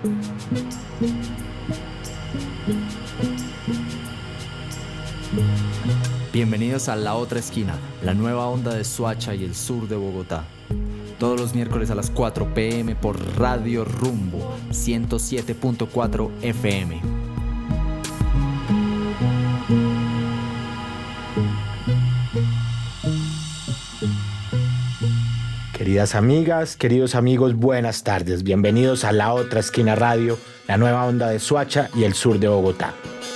Bienvenidos a La Otra Esquina, la nueva onda de Soacha y el sur de Bogotá. Todos los miércoles a las 4 p.m. por Radio Rumbo 107.4 FM. Queridas amigas, queridos amigos, buenas tardes. Bienvenidos a La Otra Esquina Radio, la nueva onda de Soacha y el sur de Bogotá.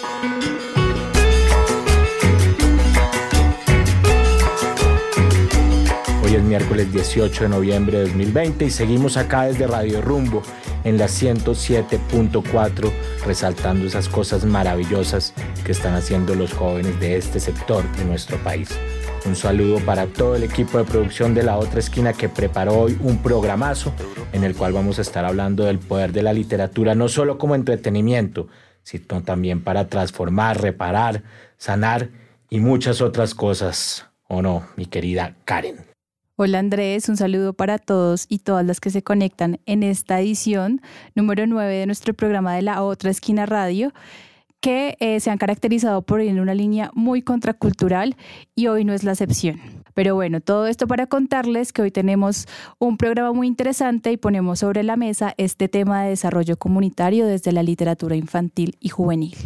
Hoy es miércoles 18 de noviembre de 2020 y seguimos acá desde Radio Rumbo en la 107.4 resaltando esas cosas maravillosas que están haciendo los jóvenes de este sector de nuestro país. Un saludo para todo el equipo de producción de La Otra Esquina que preparó hoy un programazo en el cual vamos a estar hablando del poder de la literatura no solo como entretenimiento, sino también para transformar, reparar, sanar y muchas otras cosas. ¿O no, mi querida Karen? Hola Andrés, un saludo para todos y todas las que se conectan en esta edición número 9 de nuestro programa de La Otra Esquina Radio, que se han caracterizado por ir en una línea muy contracultural y hoy no es la excepción. Pero bueno, todo esto para contarles que hoy tenemos un programa muy interesante y ponemos sobre la mesa este tema de desarrollo comunitario desde la literatura infantil y juvenil.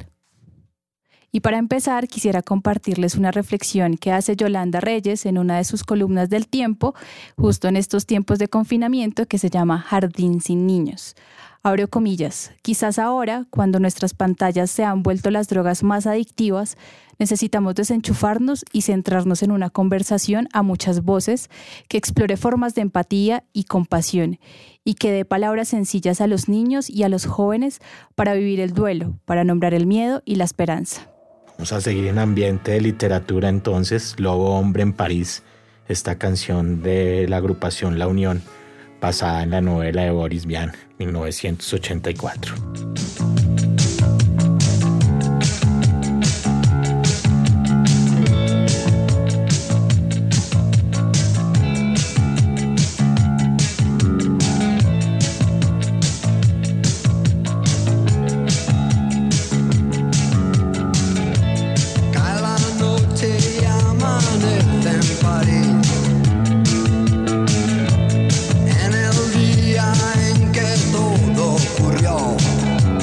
Y para empezar, quisiera compartirles una reflexión que hace Yolanda Reyes en una de sus columnas del Tiempo, justo en estos tiempos de confinamiento, que se llama Jardín sin niños. Abro comillas, quizás ahora, cuando nuestras pantallas se han vuelto las drogas más adictivas, necesitamos desenchufarnos y centrarnos en una conversación a muchas voces que explore formas de empatía y compasión y que dé palabras sencillas a los niños y a los jóvenes para vivir el duelo, para nombrar el miedo y la esperanza. Vamos a seguir en ambiente de literatura entonces, Lobo Hombre en París, esta canción de la agrupación La Unión, basada en la novela de Boris Vian, 1984. En el día en que todo ocurrió,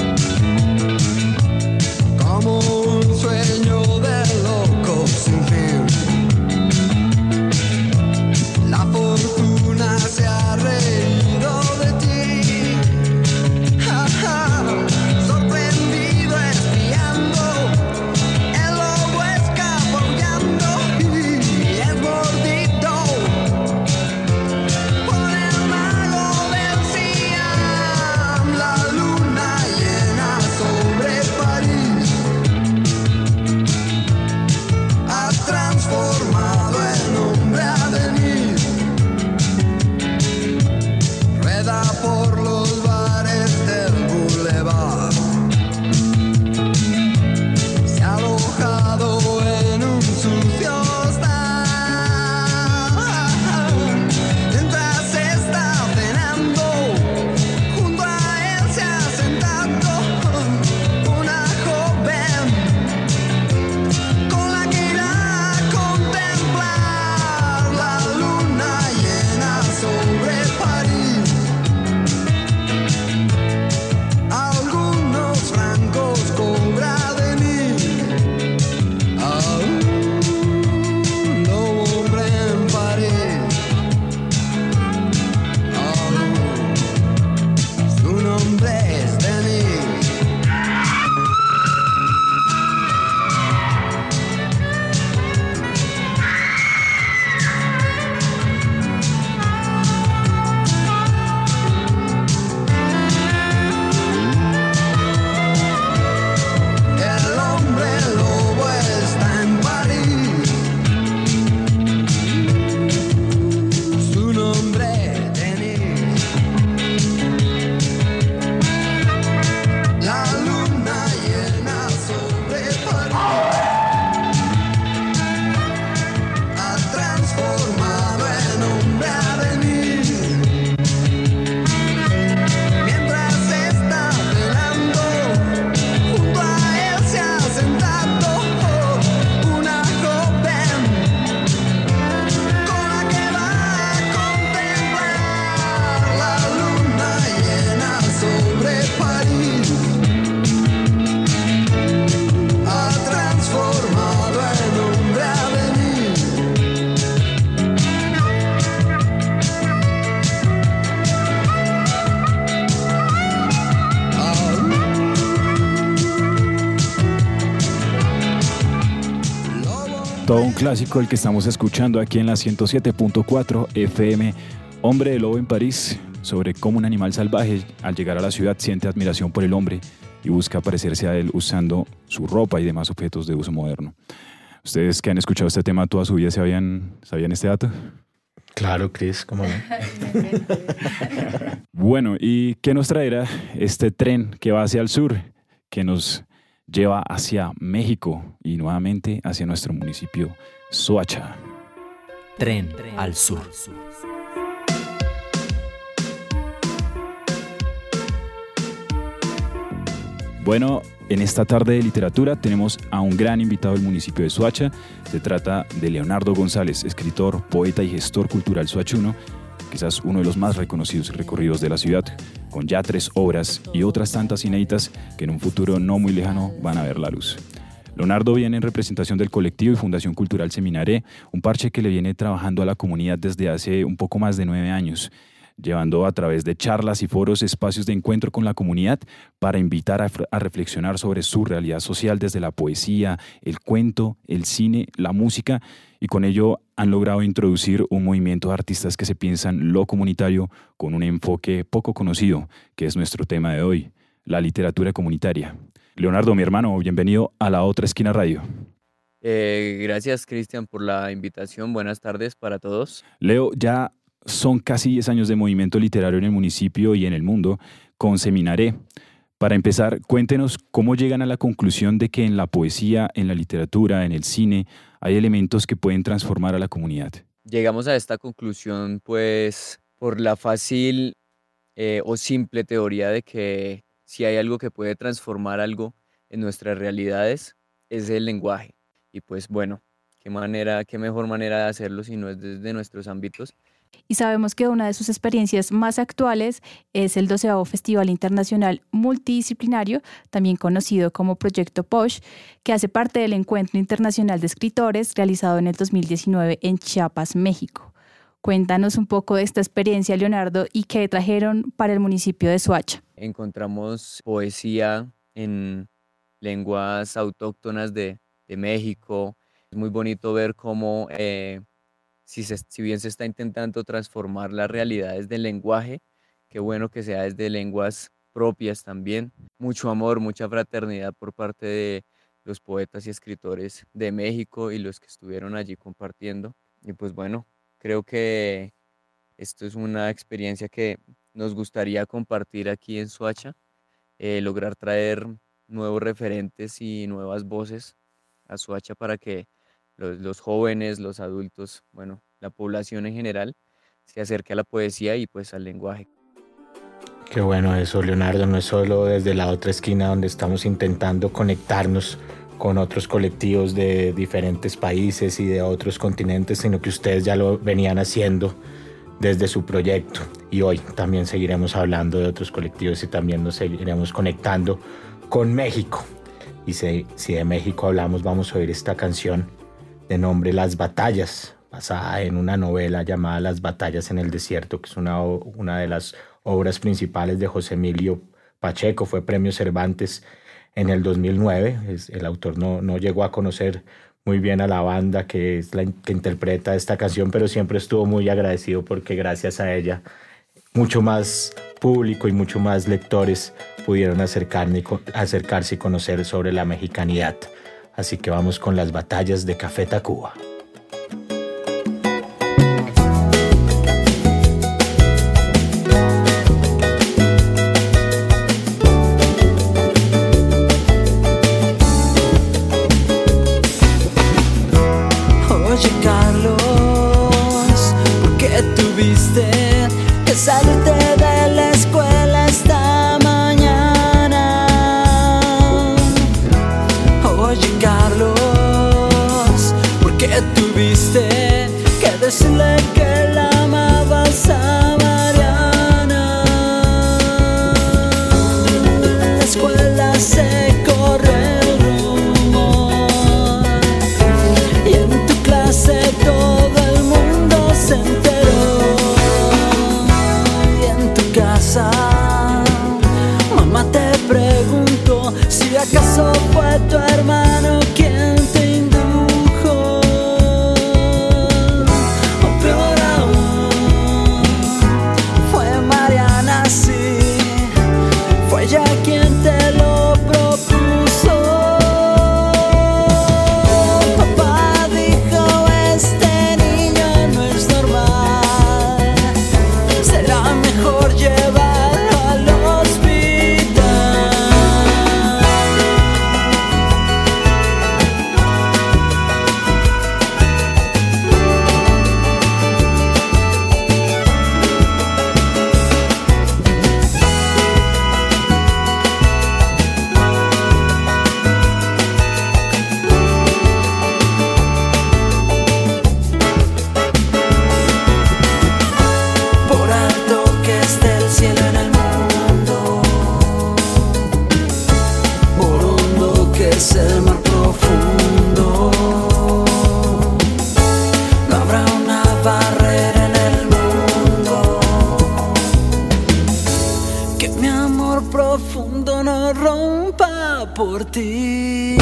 Todo un clásico el que estamos escuchando aquí en la 107.4 FM, Hombre de Lobo en París, sobre cómo un animal salvaje al llegar a la ciudad siente admiración por el hombre y busca parecerse a él usando su ropa y demás objetos de uso moderno. ¿Ustedes que han escuchado este tema toda su vida sabían este dato? Claro, Cris, ¿cómo no? Bueno, ¿y qué nos traerá este tren que va hacia el sur, que nos lleva hacia México y nuevamente hacia nuestro municipio Soacha? Tren al sur. Bueno, en esta tarde de literatura tenemos a un gran invitado del municipio de Soacha. Se trata de Leonardo González, escritor, poeta y gestor cultural soachuno, quizás uno de los más reconocidos y recorridos de la ciudad, con ya 3 obras y otras tantas inéditas que en un futuro no muy lejano van a ver la luz. Leonardo viene en representación del colectivo y Fundación Cultural Seminaré, un parche que le viene trabajando a la comunidad desde hace un poco más de 9 años, llevando a través de charlas y foros espacios de encuentro con la comunidad para invitar a reflexionar sobre su realidad social desde la poesía, el cuento, el cine, la música, y con ello han logrado introducir un movimiento de artistas que se piensan lo comunitario con un enfoque poco conocido, que es nuestro tema de hoy, la literatura comunitaria. Leonardo, mi hermano, bienvenido a La Otra Esquina Radio. Gracias, Cristian, por la invitación. Buenas tardes para todos. Leo, ya son casi 10 años de movimiento literario en el municipio y en el mundo con Seminaré. Para empezar, cuéntenos cómo llegan a la conclusión de que en la poesía, en la literatura, en el cine, hay elementos que pueden transformar a la comunidad. Llegamos a esta conclusión pues por la fácil o simple teoría de que si hay algo que puede transformar algo en nuestras realidades es el lenguaje. Y pues bueno, qué mejor manera de hacerlo si no es desde nuestros ámbitos. Y sabemos que una de sus experiencias más actuales es el 12º Festival Internacional Multidisciplinario, también conocido como Proyecto POSH, que hace parte del Encuentro Internacional de Escritores realizado en el 2019 en Chiapas, México. Cuéntanos un poco de esta experiencia, Leonardo, y qué trajeron para el municipio de Soacha. Encontramos poesía en lenguas autóctonas de México. Es muy bonito ver cómo si bien se está intentando transformar las realidades del lenguaje, qué bueno que sea desde lenguas propias también. Mucho amor, mucha fraternidad por parte de los poetas y escritores de México y los que estuvieron allí compartiendo. Y pues bueno, creo que esto es una experiencia que nos gustaría compartir aquí en Soacha, lograr traer nuevos referentes y nuevas voces a Soacha para que los jóvenes, los adultos, bueno, la población en general se acerque a la poesía y pues al lenguaje. Qué bueno eso, Leonardo. No es solo desde La Otra Esquina donde estamos intentando conectarnos con otros colectivos de diferentes países y de otros continentes, sino que ustedes ya lo venían haciendo desde su proyecto. Y hoy también seguiremos hablando de otros colectivos y también nos seguiremos conectando con México. Y si de México hablamos, vamos a oír esta canción de nombre Las Batallas, basada en una novela llamada Las Batallas en el Desierto, que es una de las obras principales de José Emilio Pacheco. Fue Premio Cervantes en el 2009. El autor no llegó a conocer muy bien a la banda que interpreta esta canción, pero siempre estuvo muy agradecido porque gracias a ella mucho más público y mucho más lectores pudieron acercarse y conocer sobre la mexicanidad. Así que vamos con Las Batallas de Café Tacuba. Oye, Carlos, ¿por qué tuviste que salirte de la escuela esta mañana? Oye, Carlos, ¿por qué tuviste que decirle que la amabas a Mariana? En la escuela se corre el rumor y en tu clase todo el mundo se enteró. Y en tu casa mamá te preguntó si acaso fue tu hermano quien te indujo. amor profundo no rompa por ti.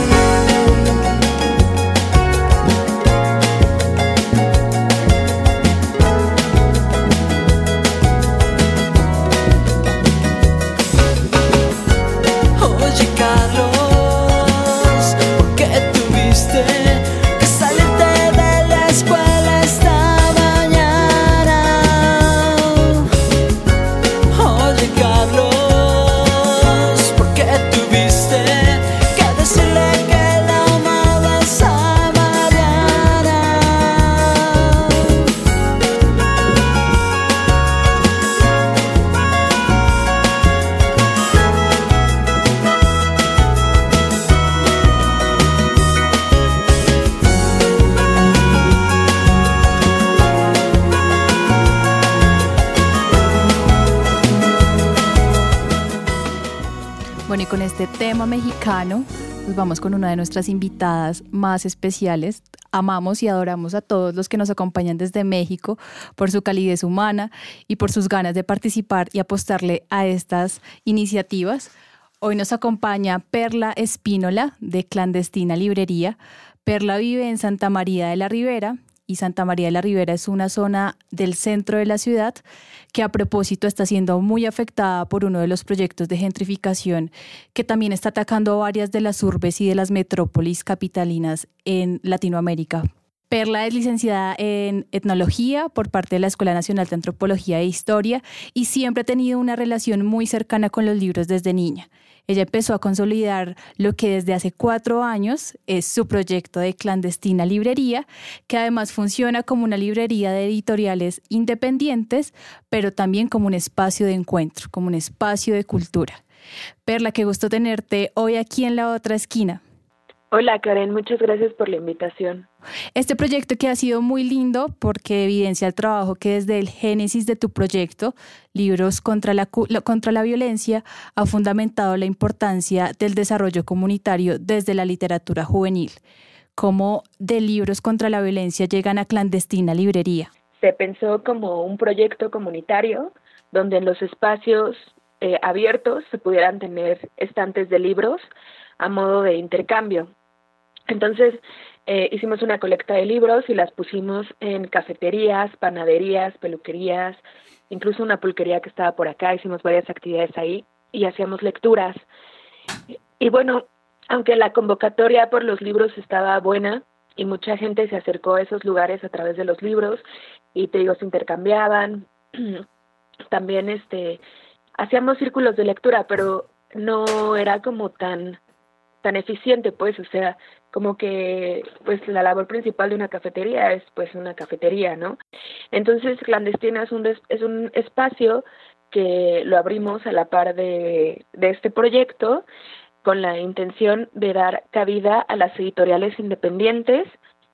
Oye, Carlos, ¿por qué tuviste que salirte de la escuela esta mañana? Oye, Carlos, ¿por qué tuviste que decirle que la amabas a Mariana? Bueno, y con este tema mexicano, pues vamos con una de nuestras invitadas más especiales. Amamos y adoramos a todos los que nos acompañan desde México por su calidez humana y por sus ganas de participar y apostarle a estas iniciativas. Hoy nos acompaña Perla Espínola, de Clandestina Librería. Perla vive en Santa María de la Ribera, y Santa María de la Ribera es una zona del centro de la ciudad que, a propósito, está siendo muy afectada por uno de los proyectos de gentrificación que también está atacando varias de las urbes y de las metrópolis capitalinas en Latinoamérica. Perla es licenciada en etnología por parte de la Escuela Nacional de Antropología e Historia y siempre ha tenido una relación muy cercana con los libros desde niña. Ella empezó a consolidar lo que desde hace 4 años es su proyecto de Clandestina Librería, que además funciona como una librería de editoriales independientes, pero también como un espacio de encuentro, como un espacio de cultura. Perla, qué gusto tenerte hoy aquí en La Otra Esquina. Hola Karen, muchas gracias por la invitación. Este proyecto que ha sido muy lindo porque evidencia el trabajo que desde el génesis de tu proyecto, Libros contra la Violencia, ha fundamentado la importancia del desarrollo comunitario desde la literatura juvenil. ¿Cómo de Libros contra la Violencia llegan a Clandestina Librería? Se pensó como un proyecto comunitario donde en los espacios abiertos se pudieran tener estantes de libros a modo de intercambio. Entonces, hicimos una colecta de libros y las pusimos en cafeterías, panaderías, peluquerías, incluso una pulquería que estaba por acá. Hicimos varias actividades ahí y hacíamos lecturas. Y bueno, aunque la convocatoria por los libros estaba buena y mucha gente se acercó a esos lugares a través de los libros y, te digo, se intercambiaban, también hacíamos círculos de lectura, pero no era como tan eficiente, pues, o sea, como que pues la labor principal de una cafetería es pues una cafetería, ¿no? Entonces Clandestina es un espacio que lo abrimos a la par de este proyecto con la intención de dar cabida a las editoriales independientes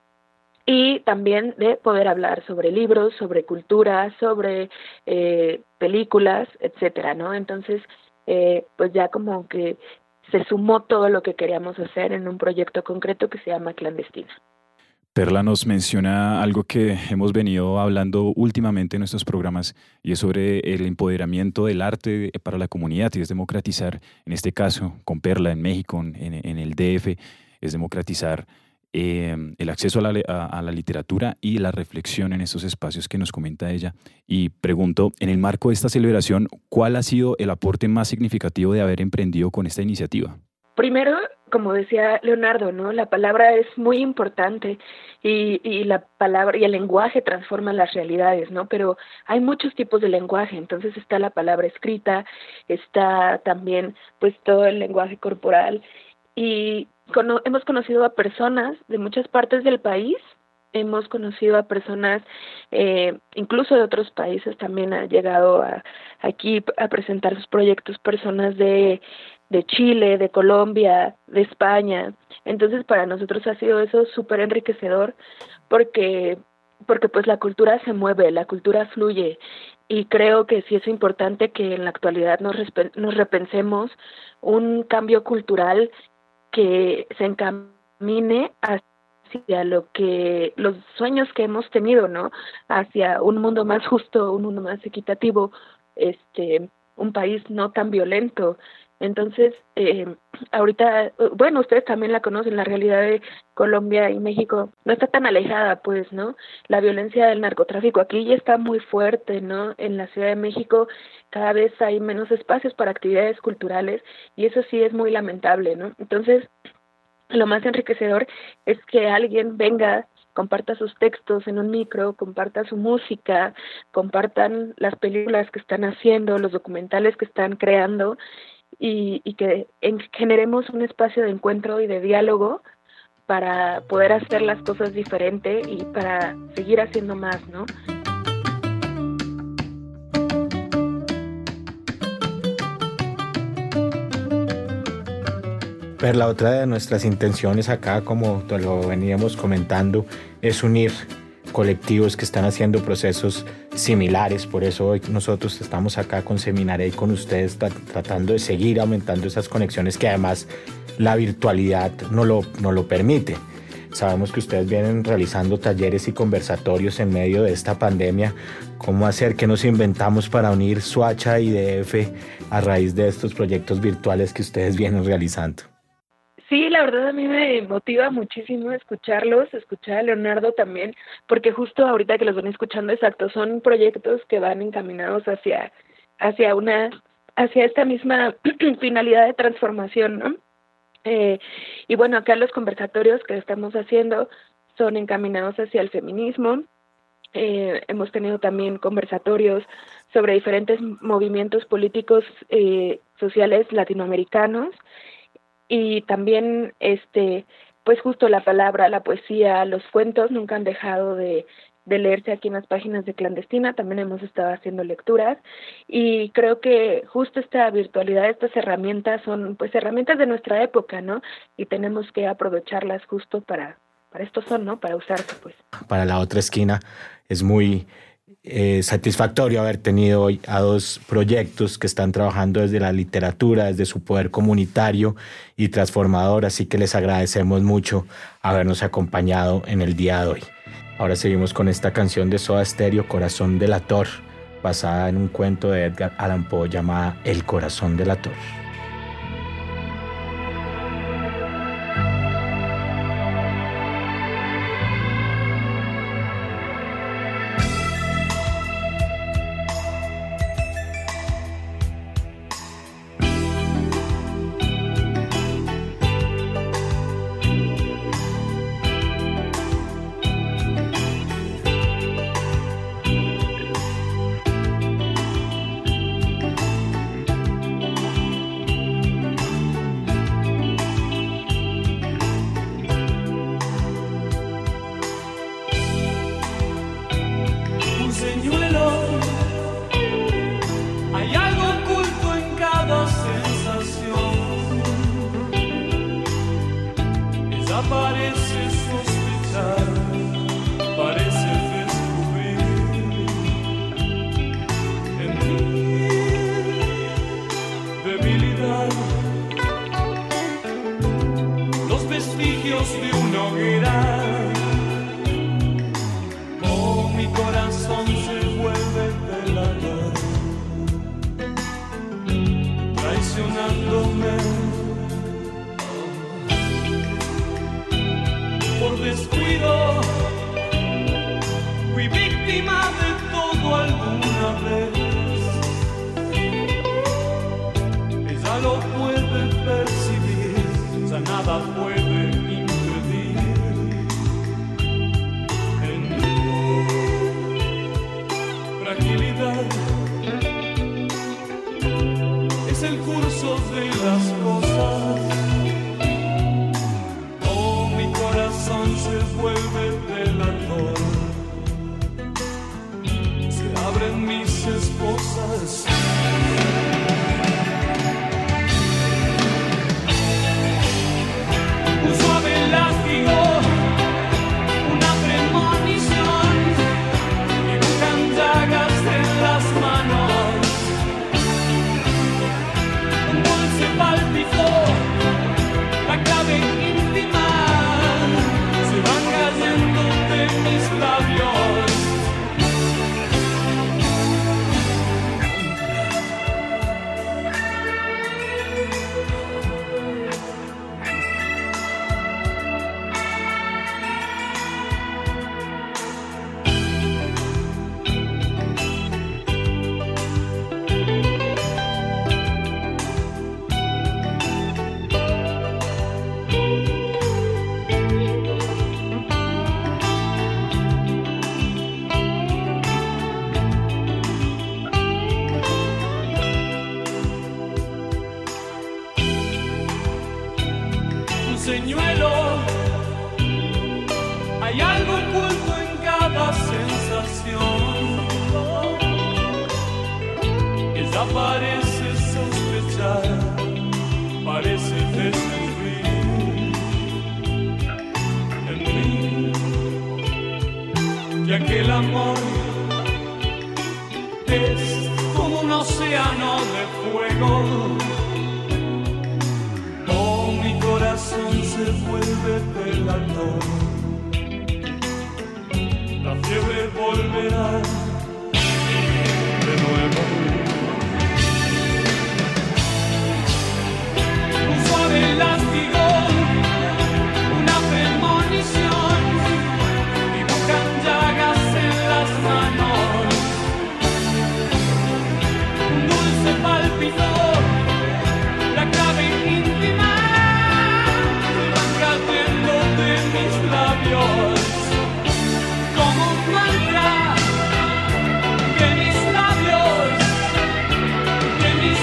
y también de poder hablar sobre libros, sobre cultura, sobre películas, etcétera, ¿no? Entonces, pues ya como que se sumó todo lo que queríamos hacer en un proyecto concreto que se llama Clandestina. Perla nos menciona algo que hemos venido hablando últimamente en nuestros programas y es sobre el empoderamiento del arte para la comunidad y es democratizar, en este caso con Perla en México, en el DF, es democratizar el acceso a la literatura y la reflexión en estos espacios que nos comenta ella. Y pregunto, en el marco de esta celebración, ¿cuál ha sido el aporte más significativo de haber emprendido con esta iniciativa? Primero, como decía Leonardo, ¿no? La palabra es muy importante y la palabra y el lenguaje transforma las realidades, ¿no? Pero hay muchos tipos de lenguaje, entonces está la palabra escrita, está también pues todo el lenguaje corporal y hemos conocido a personas de muchas partes del país, hemos conocido a personas incluso de otros países, también ha llegado aquí a presentar sus proyectos personas de Chile, de Colombia, de España. Entonces para nosotros ha sido eso súper enriquecedor porque pues la cultura se mueve, la cultura fluye y creo que sí es importante que en la actualidad nos repensemos un cambio cultural que se encamine hacia los sueños que hemos tenido, ¿no? Hacia un mundo más justo, un mundo más equitativo, un país no tan violento. Entonces, ahorita, bueno, ustedes también la conocen, la realidad de Colombia y México no está tan alejada, pues, ¿no? La violencia del narcotráfico aquí ya está muy fuerte, ¿no? En la Ciudad de México cada vez hay menos espacios para actividades culturales y eso sí es muy lamentable, ¿no? Entonces, lo más enriquecedor es que alguien venga, comparta sus textos en un micro, comparta su música, compartan las películas que están haciendo, los documentales que están creando, y que generemos un espacio de encuentro y de diálogo para poder hacer las cosas diferente y para seguir haciendo más, ¿no? Pero la otra de nuestras intenciones acá, como lo veníamos comentando, es unir colectivos que están haciendo procesos similares. Por eso hoy nosotros estamos acá con Seminare y con ustedes tratando de seguir aumentando esas conexiones que además la virtualidad no lo permite. Sabemos que ustedes vienen realizando talleres y conversatorios en medio de esta pandemia. ¿Cómo hacer? ¿Qué nos inventamos para unir Soacha y DF a raíz de estos proyectos virtuales que ustedes vienen realizando? Sí, la verdad a mí me motiva muchísimo escucharlos, escuchar a Leonardo también, porque justo ahorita que los ven escuchando, exacto, son proyectos que van encaminados hacia esta misma finalidad de transformación, ¿no? Y bueno, acá los conversatorios que estamos haciendo son encaminados hacia el feminismo. Hemos tenido también conversatorios sobre diferentes movimientos políticos sociales latinoamericanos. Y también, pues justo la palabra, la poesía, los cuentos nunca han dejado de leerse aquí en las páginas de Clandestina. También hemos estado haciendo lecturas y creo que justo esta virtualidad, estas herramientas son pues herramientas de nuestra época, ¿no? Y tenemos que aprovecharlas justo para esto son, ¿no? Para usarse, pues. Para la otra esquina es muy satisfactorio haber tenido hoy a dos proyectos que están trabajando desde la literatura, desde su poder comunitario y transformador, así que les agradecemos mucho habernos acompañado en el día de hoy. Ahora seguimos con esta canción de Soda Stereo, Corazón delator, basada en un cuento de Edgar Allan Poe llamada El corazón delator. señuelo. Hay algo oculto en cada sensación. Ella parece sospechar, parece descubrir en mí que aquel amor es como un océano de fuego. Oh, mi corazón se vuelve delator. La fiebre volverá de nuevo. Un suave látigo, una premonición, dibujan llagas en las manos. Un dulce pálpito, la clave íntima, se van cayendo de mis labios. Como un mantra, que mis labios, que mis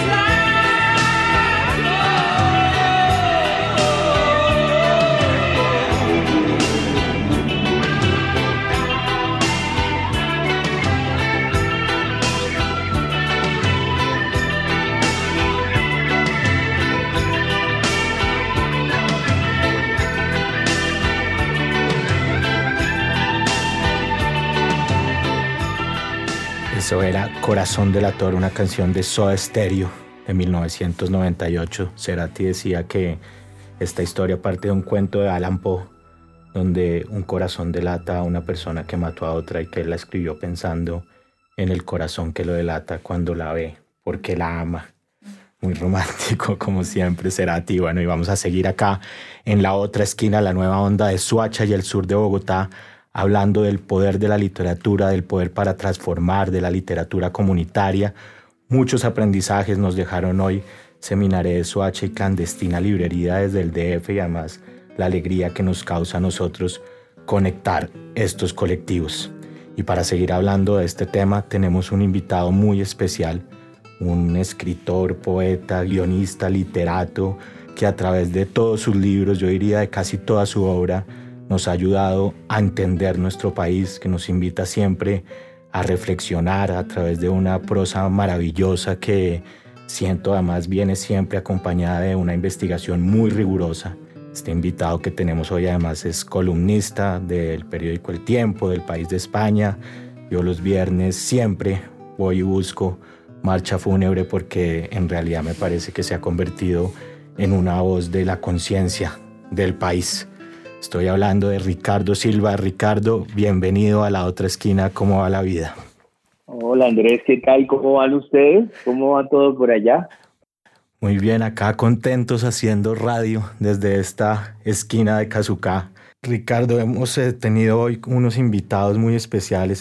Eso era Corazón Delator, una canción de Soda Stereo de 1998. Cerati decía que esta historia parte de un cuento de Allan Poe, donde un corazón delata a una persona que mató a otra y que él la escribió pensando en el corazón que lo delata cuando la ve, porque la ama. Muy romántico, como siempre, Cerati. Bueno, y vamos a seguir acá en la otra esquina, la nueva onda de Soacha y el sur de Bogotá, hablando del poder de la literatura, del poder para transformar, de la literatura comunitaria. Muchos aprendizajes nos dejaron hoy Seminaré de Soacha y Clandestina Librería desde el DF, y además la alegría que nos causa a nosotros conectar estos colectivos. Y para seguir hablando de este tema tenemos un invitado muy especial, un escritor, poeta, guionista, literato, que a través de todos sus libros, yo diría de casi toda su obra, nos ha ayudado a entender nuestro país, que nos invita siempre a reflexionar a través de una prosa maravillosa que siento además viene siempre acompañada de una investigación muy rigurosa. Este invitado que tenemos hoy además es columnista del periódico El Tiempo, del País de España. Yo los viernes siempre voy y busco Marcha Fúnebre porque en realidad me parece que se ha convertido en una voz de la conciencia del país. Estoy hablando de Ricardo Silva. Ricardo, bienvenido a La Otra Esquina. ¿Cómo va la vida? Hola Andrés, ¿qué tal? ¿Cómo van ustedes? ¿Cómo va todo por allá? Muy bien, acá contentos haciendo radio desde esta esquina de Casucá. Ricardo, hemos tenido hoy unos invitados muy especiales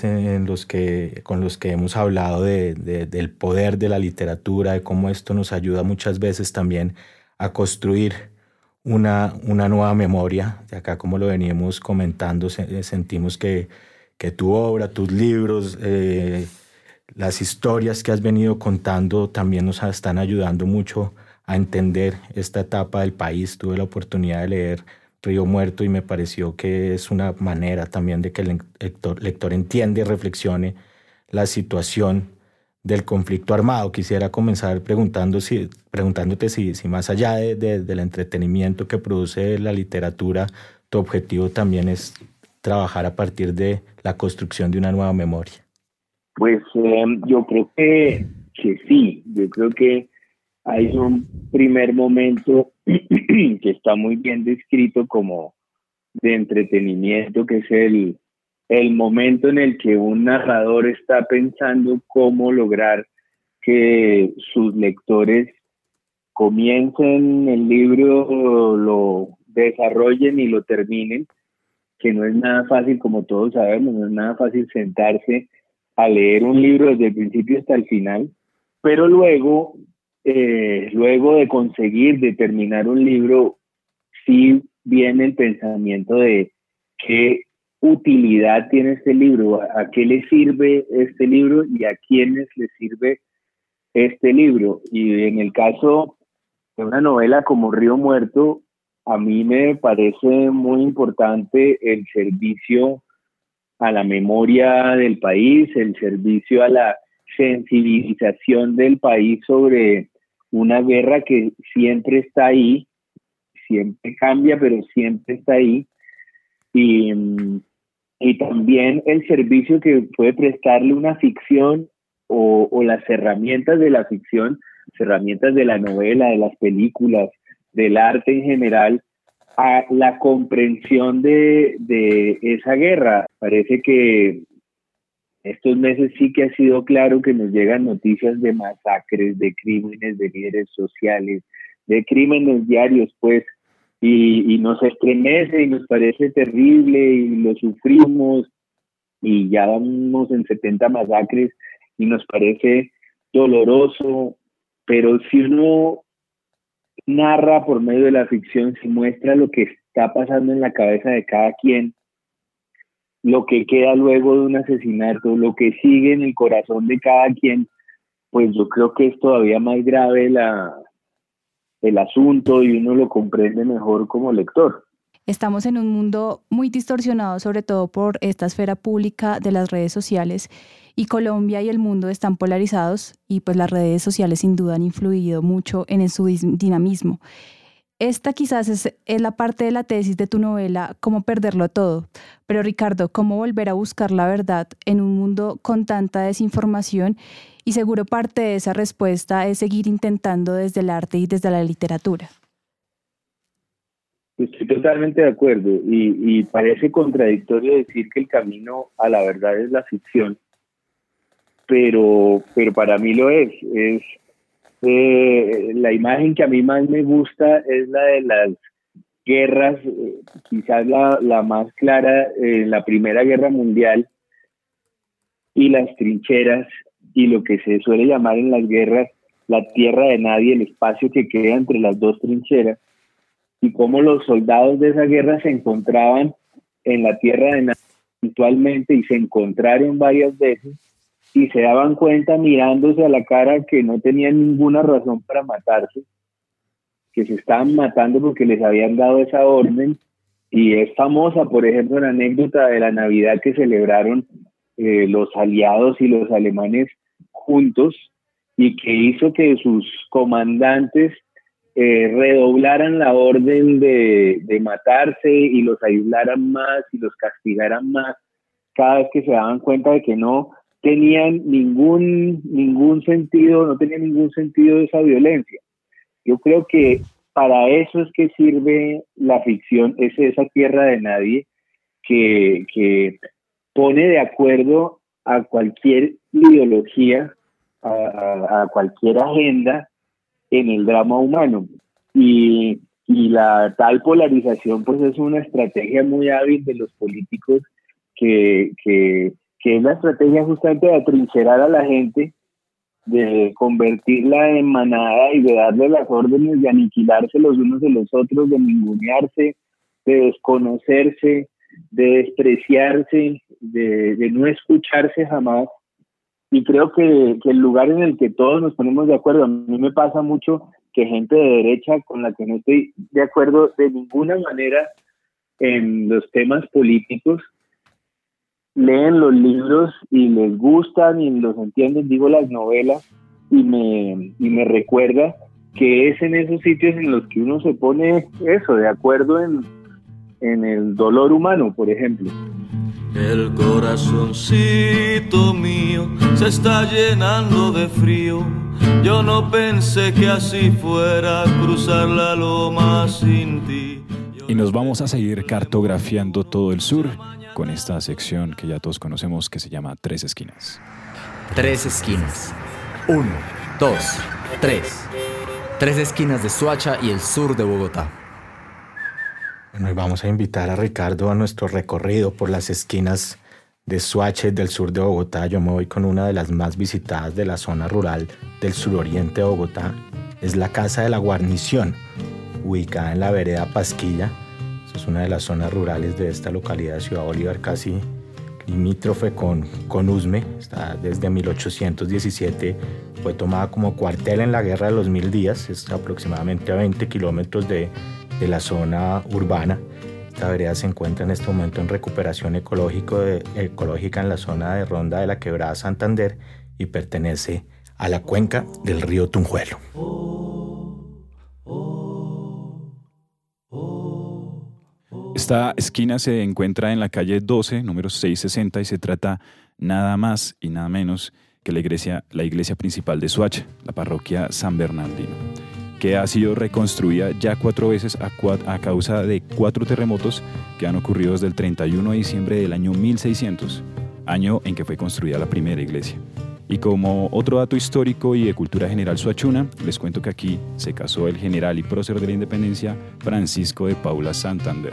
con los que hemos hablado del poder de la literatura, de cómo esto nos ayuda muchas veces también a construir una nueva memoria. De acá, como lo veníamos comentando, sentimos que tu obra, tus libros, las historias que has venido contando también nos están ayudando mucho a entender esta etapa del país. Tuve la oportunidad de leer Río Muerto y me pareció que es una manera también de que el lector entienda y reflexione la situación del conflicto armado. Quisiera comenzar preguntándote si más allá del entretenimiento que produce la literatura, tu objetivo también es trabajar a partir de la construcción de una nueva memoria. Pues yo creo que sí. Yo creo que hay un primer momento que está muy bien descrito como de entretenimiento, que es el momento en el que un narrador está pensando cómo lograr que sus lectores comiencen el libro, lo desarrollen y lo terminen, que no es nada fácil, como todos sabemos, no es nada fácil sentarse a leer un libro desde el principio hasta el final, pero luego de conseguir, de terminar un libro, sí viene el pensamiento de qué utilidad tiene este libro, a qué le sirve este libro y a quiénes le sirve este libro. Y en el caso de una novela como Río Muerto, a mí me parece muy importante el servicio a la memoria del país, el servicio a la sensibilización del país sobre una guerra que siempre está ahí, siempre cambia, pero siempre está ahí. Y también el servicio que puede prestarle una ficción o las herramientas de la ficción, herramientas de la novela, de las películas, del arte en general, a la comprensión de esa guerra. Parece que estos meses sí que ha sido claro que nos llegan noticias de masacres, de crímenes de líderes sociales, de crímenes diarios, pues, y nos estremece y nos parece terrible y lo sufrimos, y ya vamos en 70 masacres y nos parece doloroso, pero si uno narra por medio de la ficción, si muestra lo que está pasando en la cabeza de cada quien, lo que queda luego de un asesinato, lo que sigue en el corazón de cada quien, pues yo creo que es todavía más grave el asunto y uno lo comprende mejor como lector. Estamos en un mundo muy distorsionado, sobre todo por esta esfera pública de las redes sociales, y Colombia y el mundo están polarizados, y pues las redes sociales sin duda han influido mucho en su dinamismo. Esta quizás es la parte de la tesis de tu novela, Cómo perderlo todo. Pero Ricardo, ¿cómo volver a buscar la verdad en un mundo con tanta desinformación? Y seguro parte de esa respuesta es seguir intentando desde el arte y desde la literatura. Estoy totalmente de acuerdo y parece contradictorio decir que el camino a la verdad es la ficción, pero para mí lo es. La imagen que a mí más me gusta es la de las guerras, quizás la más clara en la Primera Guerra Mundial, y las trincheras y lo que se suele llamar en las guerras la tierra de nadie, el espacio que queda entre las dos trincheras, y cómo los soldados de esa guerra se encontraban en la tierra de nadie habitualmente, y se encontraron varias veces y se daban cuenta mirándose a la cara que no tenían ninguna razón para matarse, que se estaban matando porque les habían dado esa orden. Y es famosa, por ejemplo, la anécdota de la Navidad que celebraron los aliados y los alemanes juntos, y que hizo que sus comandantes redoblaran la orden de matarse y los aislaran más y los castigaran más cada vez que se daban cuenta de que no tenían ningún sentido esa violencia. Yo creo que para eso es que sirve la ficción, es esa tierra de nadie que pone de acuerdo a cualquier ideología, a cualquier agenda en el drama humano. Y la tal polarización pues es una estrategia muy hábil de los políticos que es la estrategia justamente de atrincherar a la gente, de convertirla en manada y de darle las órdenes de aniquilarse los unos de los otros, de ningunearse, de desconocerse, de despreciarse, de no escucharse jamás. Y creo que el lugar en el que todos nos ponemos de acuerdo, a mí me pasa mucho que gente de derecha con la que no estoy de acuerdo de ninguna manera en los temas políticos, leen los libros y les gustan y los entienden, digo las novelas, y me recuerda que es en esos sitios en los que uno se pone de acuerdo en el dolor humano, por ejemplo. El corazoncito mío se está llenando de frío. Yo no pensé que así fuera cruzar la loma sin ti. Y nos vamos a seguir cartografiando todo el sur con esta sección que ya todos conocemos que se llama Tres Esquinas. Tres esquinas. 1, 2, 3. Tres esquinas de Soacha y el sur de Bogotá. Bueno, y vamos a invitar a Ricardo a nuestro recorrido por las esquinas de Soacha y del sur de Bogotá. Yo me voy con una de las más visitadas de la zona rural del suroriente de Bogotá. Es la Casa de la Guarnición, ubicada en la vereda Pasquilla. Es una de las zonas rurales de esta localidad de Ciudad Bolívar, casi limítrofe con Usme. Está desde 1817, fue tomada como cuartel en la Guerra de los 1000 días, es aproximadamente a 20 kilómetros de de la zona urbana. Esta vereda se encuentra en este momento en recuperación ecológica en la zona de Ronda de la Quebrada Santander y pertenece a la cuenca del río Tunjuelo. Esta esquina se encuentra en la calle 12, número 660, y se trata nada más y nada menos que la iglesia principal de Soacha, la parroquia San Bernardino, que ha sido reconstruida ya 4 veces a causa de 4 terremotos que han ocurrido desde el 31 de diciembre del año 1600, año en que fue construida la primera iglesia. Y como otro dato histórico y de cultura general soachuna, les cuento que aquí se casó el general y prócer de la independencia Francisco de Paula Santander.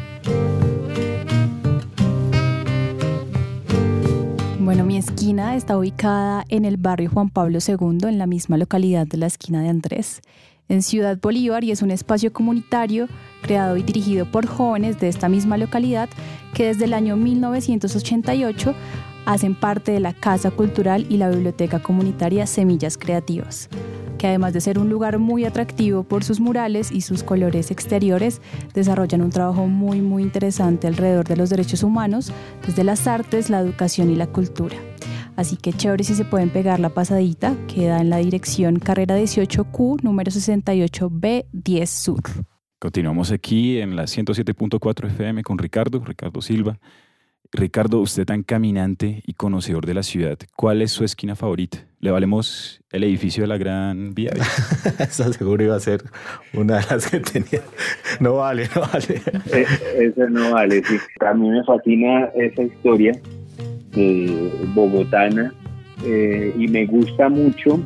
Bueno, mi esquina está ubicada en el barrio Juan Pablo II, en la misma localidad de la esquina de Andrés, en Ciudad Bolívar, y es un espacio comunitario creado y dirigido por jóvenes de esta misma localidad que desde el año 1988 hacen parte de la Casa Cultural y la Biblioteca Comunitaria Semillas Creativas, que además de ser un lugar muy atractivo por sus murales y sus colores exteriores, desarrollan un trabajo muy interesante alrededor de los derechos humanos, desde las artes, la educación y la cultura. Así que chévere si se pueden pegar la pasadita, queda en la dirección Carrera 18Q, número 68B, 10 Sur. Continuamos aquí en la 107.4 FM con Ricardo Silva. Ricardo, usted tan caminante y conocedor de la ciudad, ¿cuál es su esquina favorita? ¿Le valemos el edificio de la Gran Vía? Eso seguro iba a ser una de las que tenía. No vale. Eso no vale, sí. A mí me fascina esa historia bogotana y me gusta mucho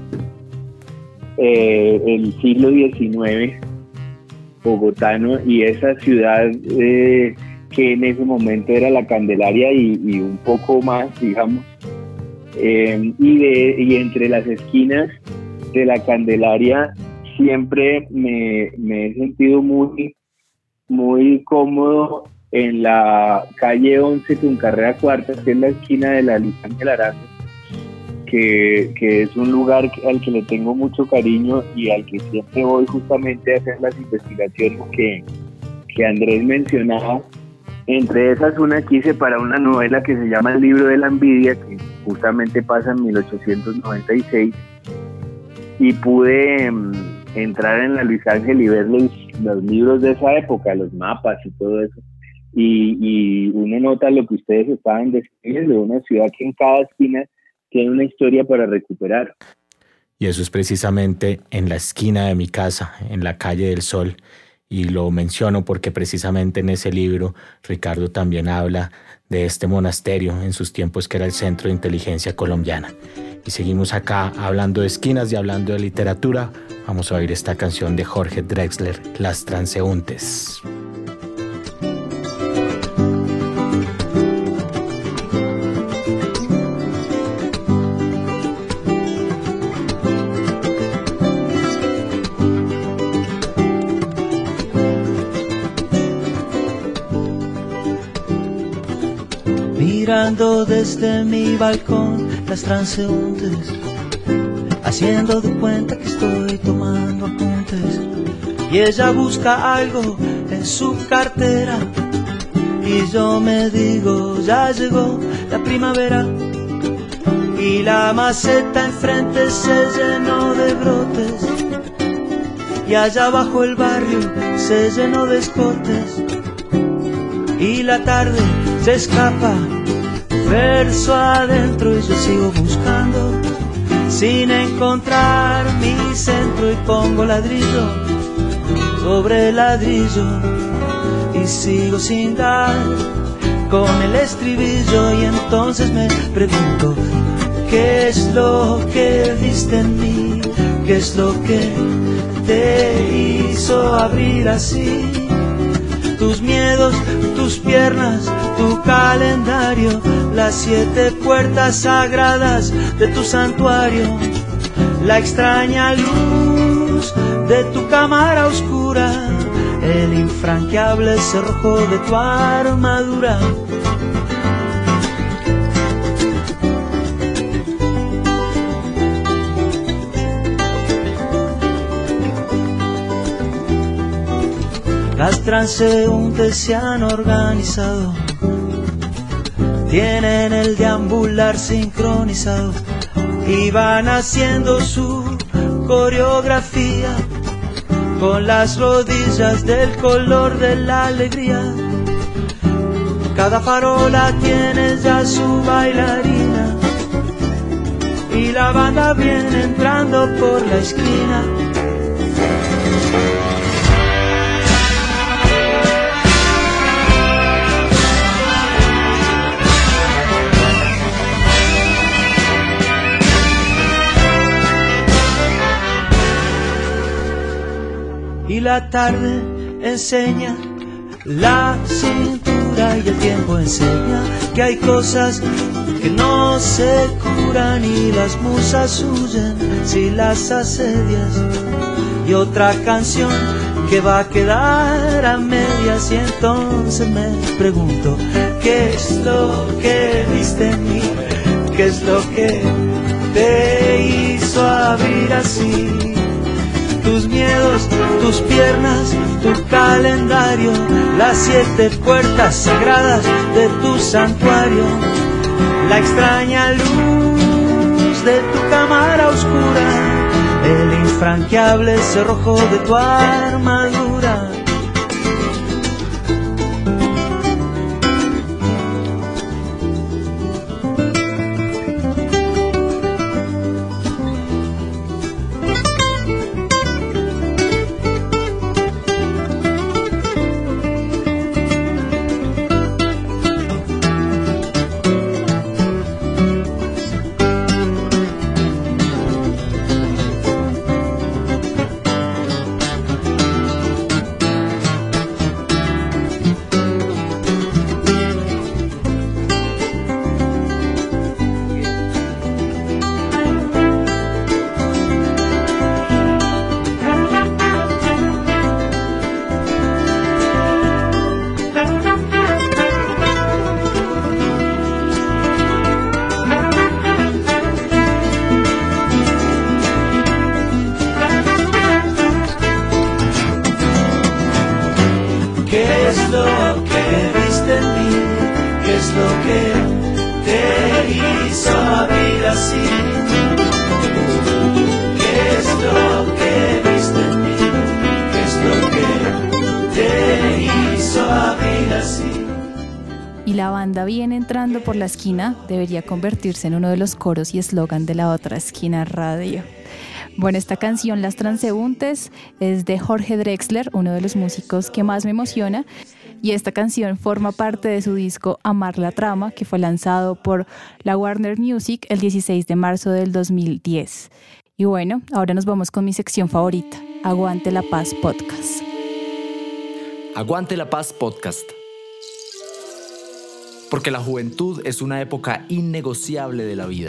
el siglo XIX bogotano y esa ciudad que en ese momento era la Candelaria y un poco más, digamos, y entre las esquinas de la Candelaria siempre me he sentido muy cómodo en la calle 11 con carrera cuarta, que es la esquina de la Luis Ángel Arango, que es un lugar al que le tengo mucho cariño y al que siempre voy justamente a hacer las investigaciones que Andrés mencionaba. Entre esas, una que hice para una novela que se llama El libro de la envidia, que justamente pasa en 1896, y pude entrar en la Luis Ángel y ver los libros de esa época, los mapas y todo eso, y uno nota lo que ustedes estaban describiendo, una ciudad que en cada esquina tiene una historia para recuperar. Y eso es precisamente en la esquina de mi casa, en la calle del Sol. Y lo menciono porque precisamente en ese libro Ricardo también habla de este monasterio en sus tiempos que era el Centro de Inteligencia Colombiana. Y seguimos acá hablando de esquinas y hablando de literatura. Vamos a oír esta canción de Jorge Drexler, Las Transeúntes. Mirando desde mi balcón las transeúntes, haciendo de cuenta que estoy tomando apuntes, y ella busca algo en su cartera, y yo me digo, ya llegó la primavera, y la maceta enfrente se llenó de brotes, y allá abajo el barrio se llenó de escotes, y la tarde se escapa verso adentro y yo sigo buscando sin encontrar mi centro, y pongo ladrillo sobre ladrillo y sigo sin dar con el estribillo, y entonces me pregunto, ¿qué es lo que viste en mí? ¿Qué es lo que te hizo abrir así tus miedos, tus piernas, tu calendario, las 7 puertas sagradas de tu santuario, la extraña luz de tu cámara oscura, el infranqueable cerrojo de tu armadura? las transeúntes se han organizado, tienen el deambular sincronizado y van haciendo su coreografía con las rodillas del color de la alegría. Cada farola tiene ya su bailarina y la banda viene entrando por la esquina. Y la tarde enseña la cintura y el tiempo enseña que hay cosas que no se curan y las musas huyen si las asedias. Y otra canción que va a quedar a medias y entonces me pregunto, ¿qué es lo que viste en mí? ¿Qué es lo que te hizo abrir así? Tus miedos, tus piernas, tu calendario, las 7 puertas sagradas de tu santuario, la extraña luz de tu cámara oscura, el infranqueable cerrojo de tu armadura. Y la banda viene entrando por la esquina debería convertirse en uno de los coros y eslogan de La Otra Esquina Radio. Bueno, esta canción, Las Transeúntes, es de Jorge Drexler, uno de los músicos que más me emociona, y esta canción forma parte de su disco Amar la Trama, que fue lanzado por la Warner Music el 16 de marzo del 2010. Y bueno, ahora nos vamos con mi sección favorita, Aguante la Paz Podcast. Aguante la Paz Podcast. Porque la juventud es una época innegociable de la vida.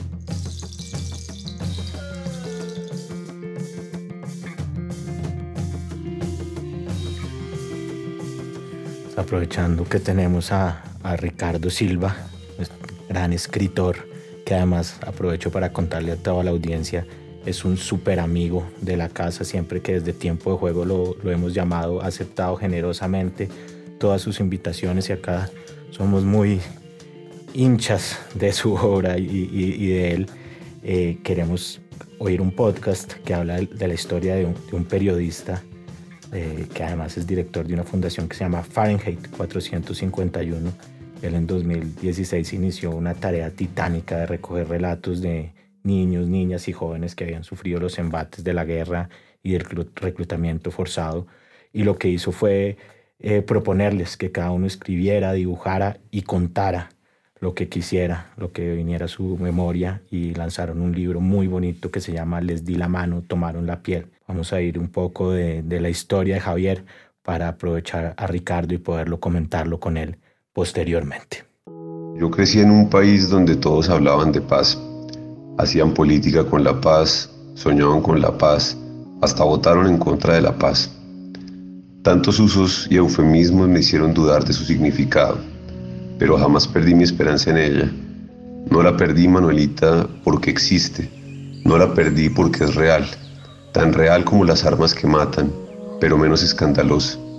Aprovechando que tenemos a Ricardo Silva, gran escritor, que además aprovecho para contarle a toda la audiencia, es un súper amigo de la casa, siempre que desde Tiempo de Juego lo hemos llamado, ha aceptado generosamente todas sus invitaciones y acá somos muy hinchas de su obra y de él. Queremos oír un podcast que habla de la historia de un periodista que además es director de una fundación que se llama Fahrenheit 451. Él en 2016 inició una tarea titánica de recoger relatos de niños, niñas y jóvenes que habían sufrido los embates de la guerra y del reclutamiento forzado. Y lo que hizo fue proponerles que cada uno escribiera, dibujara y contara lo que quisiera, lo que viniera a su memoria, y lanzaron un libro muy bonito que se llama Les di la mano, tomaron la piel. Vamos a ir un poco de la historia de Javier para aprovechar a Ricardo y poderlo comentarlo con él posteriormente. Yo crecí en un país donde todos hablaban de paz, hacían política con la paz, soñaban con la paz, hasta votaron en contra de la paz. Tantos usos y eufemismos me hicieron dudar de su significado, pero jamás perdí mi esperanza en ella. No la perdí, Manuelita, porque existe, no la perdí porque es real, tan real como las armas que matan, pero menos escandalosa.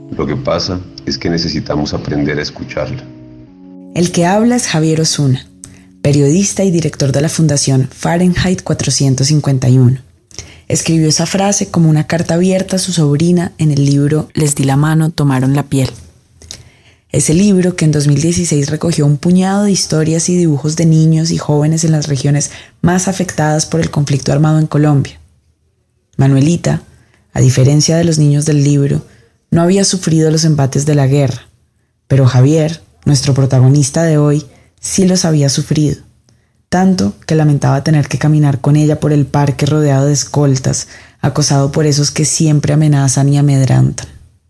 Lo que pasa es que necesitamos aprender a escucharla. El que habla es Javier Osuna, periodista y director de la Fundación Fahrenheit 451. Escribió esa frase como una carta abierta a su sobrina en el libro Les di la mano, tomaron la piel. Ese libro que en 2016 recogió un puñado de historias y dibujos de niños y jóvenes en las regiones más afectadas por el conflicto armado en Colombia. Manuelita, a diferencia de los niños del libro, no había sufrido los embates de la guerra, pero Javier, nuestro protagonista de hoy, sí los había sufrido, tanto que lamentaba tener que caminar con ella por el parque rodeado de escoltas, acosado por esos que siempre amenazan y amedrantan.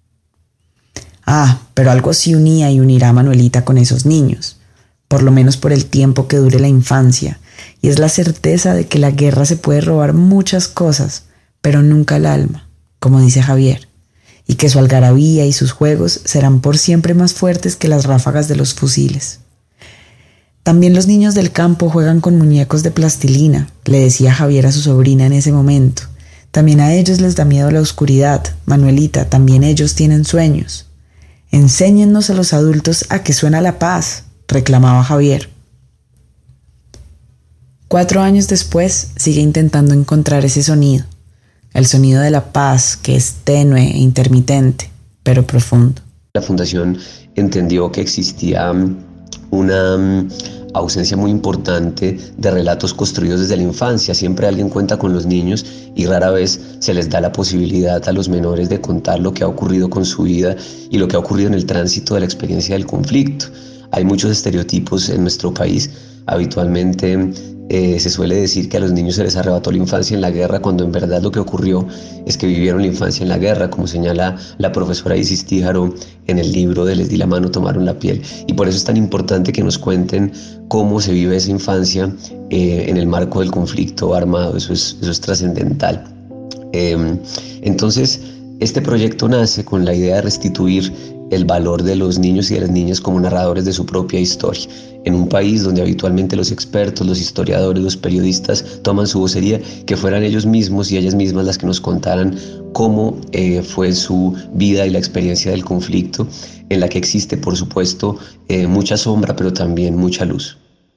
Pero algo sí unía y unirá a Manuelita con esos niños, por lo menos por el tiempo que dure la infancia, y es la certeza de que la guerra se puede robar muchas cosas, pero nunca el alma, como dice Javier, y que su algarabía y sus juegos serán por siempre más fuertes que las ráfagas de los fusiles. También los niños del campo juegan con muñecos de plastilina, le decía Javier a su sobrina en ese momento. También a ellos les da miedo la oscuridad, Manuelita, también ellos tienen sueños. Enséñennos a los adultos a que suena la paz, reclamaba Javier. 4 años después, sigue intentando encontrar ese sonido, el sonido de la paz, que es tenue e intermitente, pero profundo. La Fundación entendió que existía una ausencia muy importante de relatos construidos desde la infancia. Siempre alguien cuenta con los niños y rara vez se les da la posibilidad a los menores de contar lo que ha ocurrido con su vida y lo que ha ocurrido en el tránsito de la experiencia del conflicto. Hay muchos estereotipos en nuestro país. Habitualmente se suele decir que a los niños se les arrebató la infancia en la guerra, cuando en verdad lo que ocurrió es que vivieron la infancia en la guerra, como señala la profesora Isis Tíjaro en el libro de Les di la mano, tomaron la piel. Y por eso es tan importante que nos cuenten cómo se vive esa infancia en el marco del conflicto armado. Eso es trascendental. Entonces, este proyecto nace con la idea de restituir el valor de los niños y de las niñas como narradores de su propia historia. En un país donde habitualmente los expertos, los historiadores, los periodistas toman su vocería, que fueran ellos mismos y ellas mismas las que nos contaran cómo fue su vida y la experiencia del conflicto, en la que existe, por supuesto, mucha sombra, pero también mucha luz.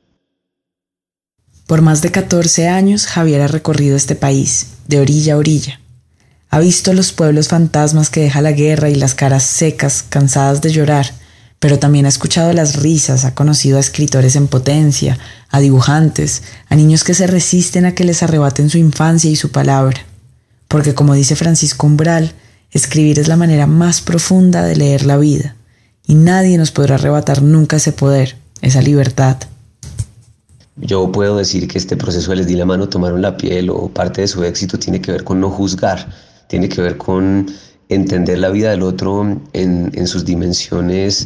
Por más de 14 años, Javier ha recorrido este país, de orilla a orilla. Ha visto los pueblos fantasmas que deja la guerra y las caras secas, cansadas de llorar, pero también ha escuchado las risas, ha conocido a escritores en potencia, a dibujantes, a niños que se resisten a que les arrebaten su infancia y su palabra. Porque como dice Francisco Umbral, escribir es la manera más profunda de leer la vida, y nadie nos podrá arrebatar nunca ese poder, esa libertad. Yo puedo decir que este proceso de Les di la mano, tomaron la piel, o parte de su éxito tiene que ver con no juzgar, tiene que ver con entender la vida del otro en sus dimensiones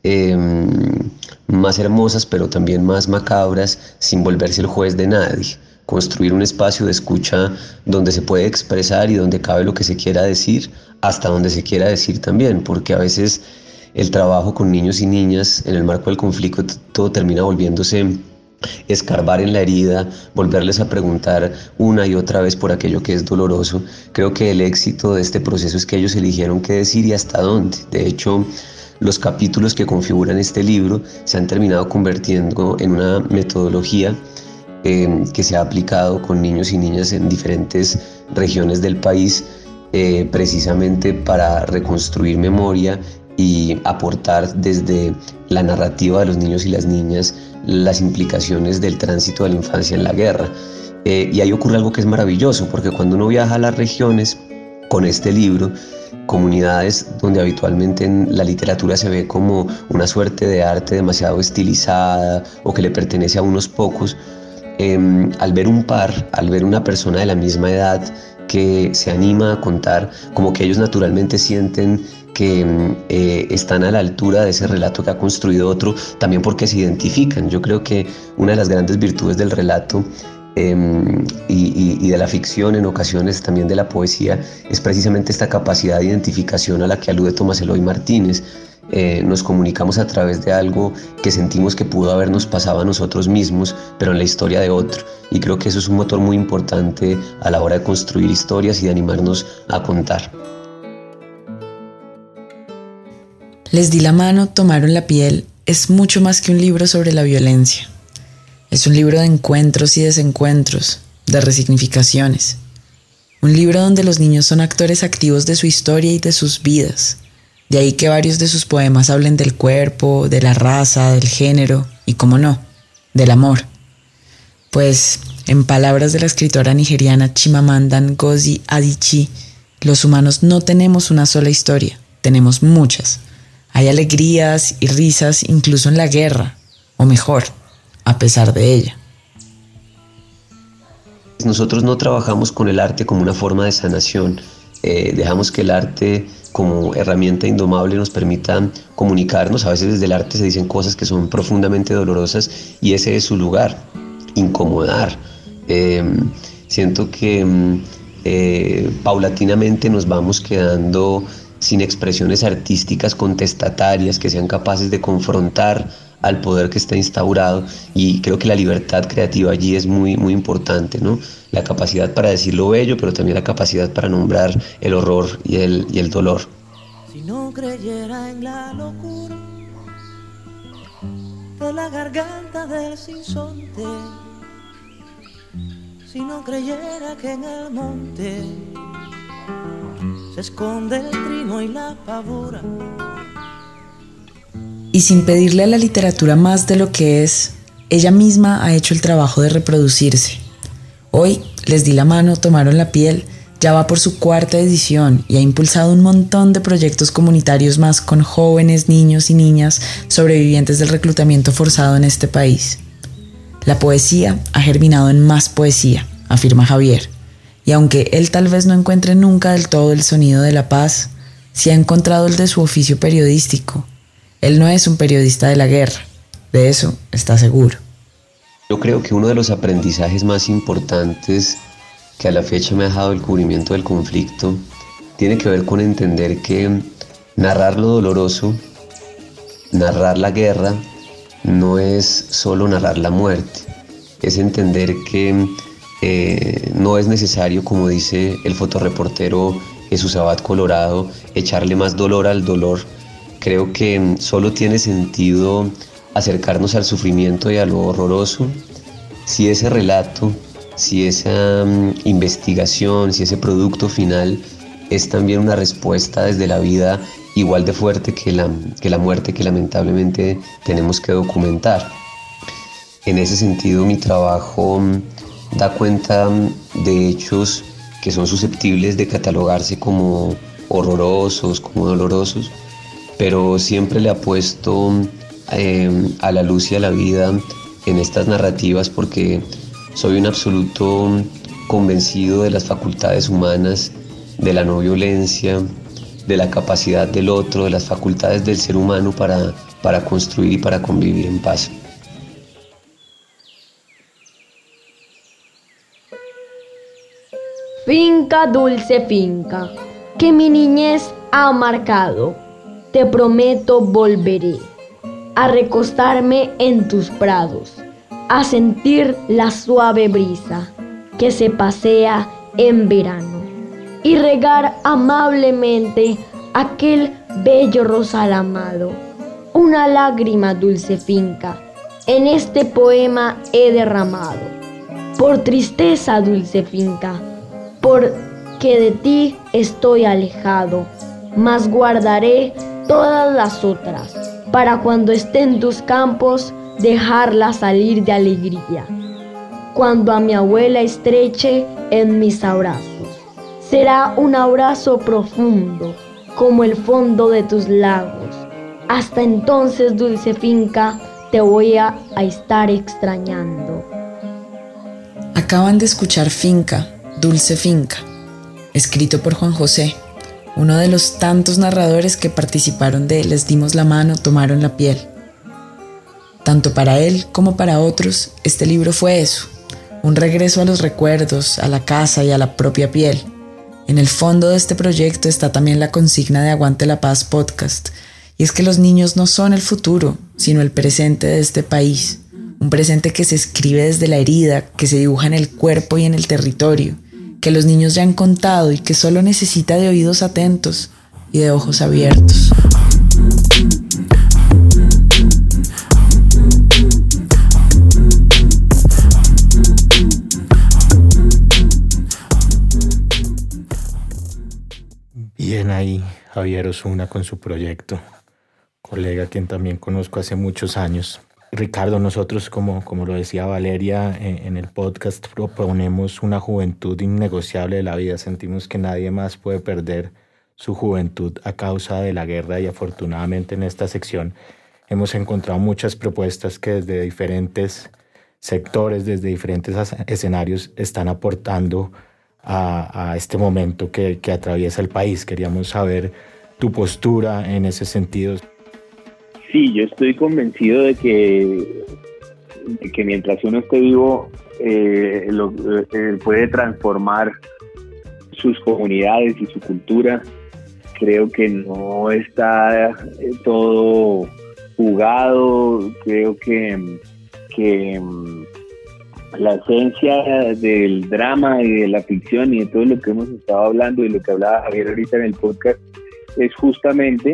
más hermosas, pero también más macabras, sin volverse el juez de nadie. Construir un espacio de escucha donde se puede expresar y donde cabe lo que se quiera decir, hasta donde se quiera decir también, porque a veces el trabajo con niños y niñas en el marco del conflicto todo termina volviéndose escarbar en la herida, volverles a preguntar una y otra vez por aquello que es doloroso. Creo que el éxito de este proceso es que ellos eligieron qué decir y hasta dónde. De hecho, los capítulos que configuran este libro se han terminado convirtiendo en una metodología que se ha aplicado con niños y niñas en diferentes regiones del país, precisamente para reconstruir memoria y aportar desde la narrativa de los niños y las niñas las implicaciones del tránsito de la infancia en la guerra. Y ahí ocurre algo que es maravilloso, porque cuando uno viaja a las regiones con este libro, comunidades donde habitualmente en la literatura se ve como una suerte de arte demasiado estilizada o que le pertenece a unos pocos, al ver un par, al ver una persona de la misma edad que se anima a contar, como que ellos naturalmente sienten que están a la altura de ese relato que ha construido otro, también porque se identifican. Yo creo que una de las grandes virtudes del relato y de la ficción, en ocasiones también de la poesía, es precisamente esta capacidad de identificación a la que alude Tomás Eloy Martínez. Nos comunicamos a través de algo que sentimos que pudo habernos pasado a nosotros mismos, pero en la historia de otro. Y creo que eso es un motor muy importante a la hora de construir historias y de animarnos a contar. Les di la mano, tomaron la piel es mucho más que un libro sobre la violencia. Es un libro de encuentros y desencuentros, de resignificaciones. Un libro donde los niños son actores activos de su historia y de sus vidas. De ahí que varios de sus poemas hablen del cuerpo, de la raza, del género y, cómo no, del amor. Pues, en palabras de la escritora nigeriana Chimamanda Ngozi Adichie, los humanos no tenemos una sola historia, tenemos muchas. Hay alegrías y risas incluso en la guerra, o mejor, a pesar de ella. Nosotros no trabajamos con el arte como una forma de sanación. Dejamos que el arte como herramienta indomable nos permita comunicarnos. A veces desde el arte se dicen cosas que son profundamente dolorosas y ese es su lugar, incomodar. Siento que paulatinamente nos vamos quedando sin expresiones artísticas contestatarias que sean capaces de confrontar al poder que está instaurado, y creo que la libertad creativa allí es muy, muy importante, ¿no? La capacidad para decir lo bello, pero también la capacidad para nombrar el horror y el dolor. Si no creyera en la locura de la garganta del sinsonte, si no creyera que en el monte se esconde el trino y la pavora. Y sin pedirle a la literatura más de lo que es, ella misma ha hecho el trabajo de reproducirse. Hoy, Les di la mano, tomaron la piel, ya va por su 4ª edición y ha impulsado un montón de proyectos comunitarios más con jóvenes, niños y niñas sobrevivientes del reclutamiento forzado en este país. La poesía ha germinado en más poesía, afirma Javier, y aunque él tal vez no encuentre nunca del todo el sonido de la paz, sí ha encontrado el de su oficio periodístico. Él no es un periodista de la guerra, de eso está seguro. Yo creo que uno de los aprendizajes más importantes que a la fecha me ha dejado el cubrimiento del conflicto tiene que ver con entender que narrar lo doloroso, narrar la guerra, no es solo narrar la muerte, es entender que no es necesario, como dice el fotoreportero Jesús Abad Colorado, echarle más dolor al dolor. Creo que solo tiene sentido acercarnos al sufrimiento y a lo horroroso si ese relato, si esa investigación, si ese producto final es también una respuesta desde la vida igual de fuerte que la muerte que lamentablemente tenemos que documentar. En ese sentido, mi trabajo da cuenta de hechos que son susceptibles de catalogarse como horrorosos, como dolorosos, pero siempre le apuesto a la luz y a la vida en estas narrativas porque soy un absoluto convencido de las facultades humanas, de la no violencia, de la capacidad del otro, de las facultades del ser humano para construir y para convivir en paz. Finca, dulce finca, que mi niñez ha marcado. Te prometo volveré a recostarme en tus prados, a sentir la suave brisa que se pasea en verano y regar amablemente aquel bello rosal amado. Una lágrima, dulce finca, en este poema he derramado. Por tristeza, dulce finca, porque de ti estoy alejado, mas guardaré todas las otras, para cuando esté en tus campos, dejarla salir de alegría. Cuando a mi abuela estreche en mis abrazos, será un abrazo profundo, como el fondo de tus lagos. Hasta entonces, dulce finca, te voy a estar extrañando. Acaban de escuchar Finca, dulce finca, escrito por Juan José, uno de los tantos narradores que participaron de Les dimos la mano, tomaron la piel. Tanto para él como para otros, este libro fue eso, un regreso a los recuerdos, a la casa y a la propia piel. En el fondo de este proyecto está también la consigna de Aguante la Paz Podcast, y es que los niños no son el futuro, sino el presente de este país, un presente que se escribe desde la herida, que se dibuja en el cuerpo y en el territorio, que los niños ya han contado y que solo necesita de oídos atentos y de ojos abiertos. Bien ahí, Javier Osuna con su proyecto, colega quien también conozco hace muchos años. Ricardo, nosotros, como lo decía Valeria en el podcast, proponemos una juventud innegociable de la vida. Sentimos que nadie más puede perder su juventud a causa de la guerra, y afortunadamente en esta sección hemos encontrado muchas propuestas que desde diferentes sectores, desde diferentes escenarios están aportando a este momento que atraviesa el país. Queríamos saber tu postura en ese sentido. Sí, yo estoy convencido de que mientras uno esté vivo, puede transformar sus comunidades y su cultura. Creo que no está todo jugado. Creo que la esencia del drama y de la ficción y de todo lo que hemos estado hablando y lo que hablaba Javier ahorita en el podcast es justamente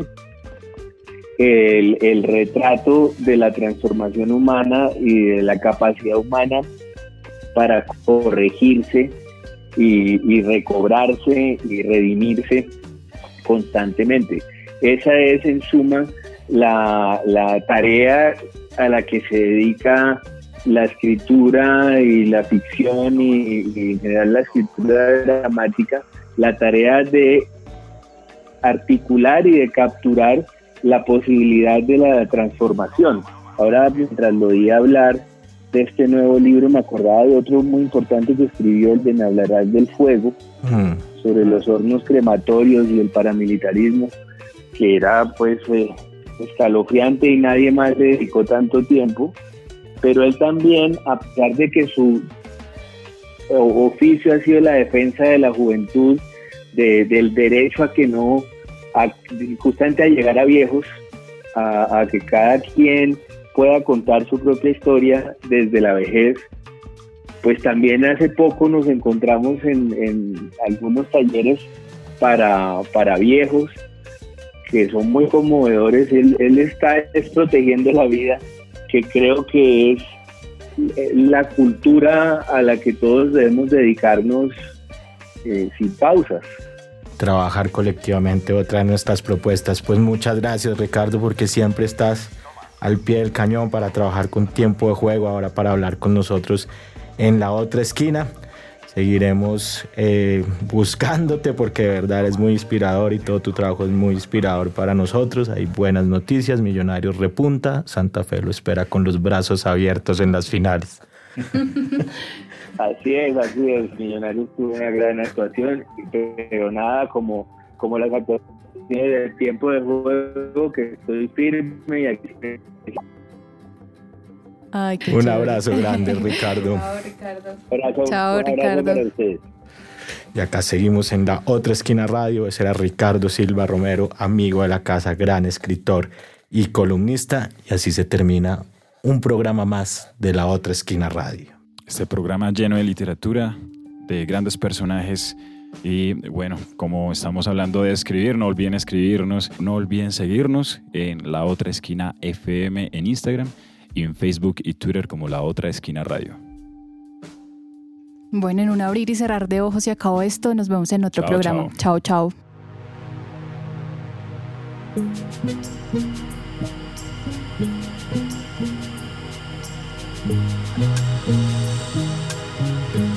el retrato de la transformación humana y de la capacidad humana para corregirse y recobrarse y redimirse constantemente. Esa es en suma la tarea a la que se dedica la escritura y la ficción y en general la escritura dramática, la tarea de articular y de capturar la posibilidad de la transformación. Ahora, mientras lo oí hablar de este nuevo libro, me acordaba de otro muy importante que escribió, el de Me hablarás del fuego, sobre los hornos crematorios y el paramilitarismo, que era pues escalofriante y nadie más le dedicó tanto tiempo, pero él también, a pesar de que su oficio ha sido la defensa de la juventud, del derecho a que no, justamente a llegar a viejos, a que cada quien pueda contar su propia historia desde la vejez, pues también hace poco nos encontramos en algunos talleres para viejos que son muy conmovedores. Él está protegiendo la vida, que creo que es la cultura a la que todos debemos dedicarnos sin pausas. Trabajar colectivamente, otra de nuestras propuestas. Pues muchas gracias, Ricardo, porque siempre estás al pie del cañón para trabajar con Tiempo de Juego, ahora para hablar con nosotros en La Otra Esquina. Seguiremos buscándote porque de verdad eres muy inspirador y todo tu trabajo es muy inspirador para nosotros. Hay buenas noticias, Millonarios repunta, Santa Fe lo espera con los brazos abiertos en las finales. Así es, Millonarios tuvo una gran actuación, pero nada como las actuaciones del Tiempo de Juego, que estoy firme y aquí. Ay, qué un chévere. Abrazo grande, Ricardo. Chao, Ricardo. Chao, Ricardo. para ustedes. Y acá seguimos en La Otra Esquina Radio. Ese era Ricardo Silva Romero, amigo de la casa, gran escritor y columnista. Y así se termina un programa más de La Otra Esquina Radio. Este programa lleno de literatura, de grandes personajes. Y bueno, como estamos hablando de escribir, no olviden escribirnos, no olviden seguirnos en La Otra Esquina FM en Instagram y en Facebook y Twitter como La Otra Esquina Radio. Bueno, en un abrir y cerrar de ojos se acabó esto. Nos vemos en otro programa. Chao, chao. Chao.